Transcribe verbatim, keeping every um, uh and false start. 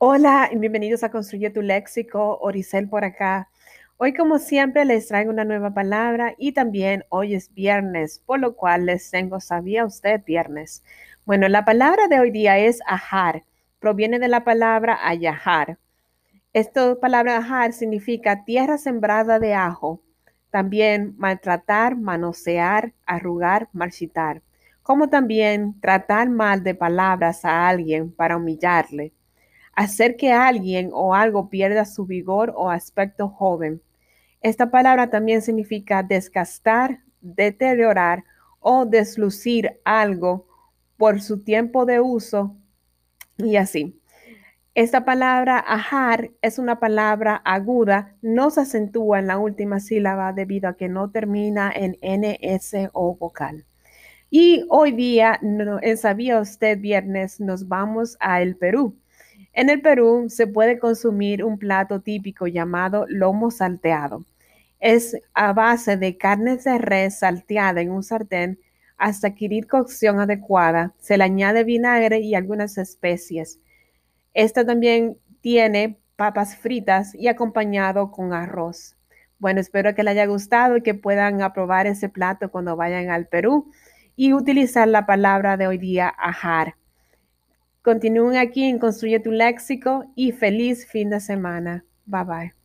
Hola y bienvenidos a Construye tu Léxico, Oricel por acá. Hoy, como siempre, les traigo una nueva palabra y también hoy es viernes, por lo cual les tengo, ¿sabía usted viernes? Bueno, la palabra de hoy día es ajar, proviene de la palabra ayajar. Esta palabra ajar significa tierra sembrada de ajo, también maltratar, manosear, arrugar, marchitar, como también tratar mal de palabras a alguien para humillarle. Hacer que alguien o algo pierda su vigor o aspecto joven. Esta palabra también significa desgastar, deteriorar o deslucir algo por su tiempo de uso y así. Esta palabra ajar es una palabra aguda, no se acentúa en la última sílaba debido a que no termina en N, S o vocal. Y hoy día, no, en Sabía Usted Viernes, nos vamos a el Perú. En el Perú se puede consumir un plato típico llamado lomo salteado. Es a base de carnes de res salteada en un sartén hasta adquirir cocción adecuada. Se le añade vinagre y algunas especies. Esta también tiene papas fritas y acompañado con arroz. Bueno, espero que les haya gustado y que puedan aprobar ese plato cuando vayan al Perú y utilizar la palabra de hoy día, ajar. Continúen aquí en Construye tu Léxico y feliz fin de semana. Bye bye.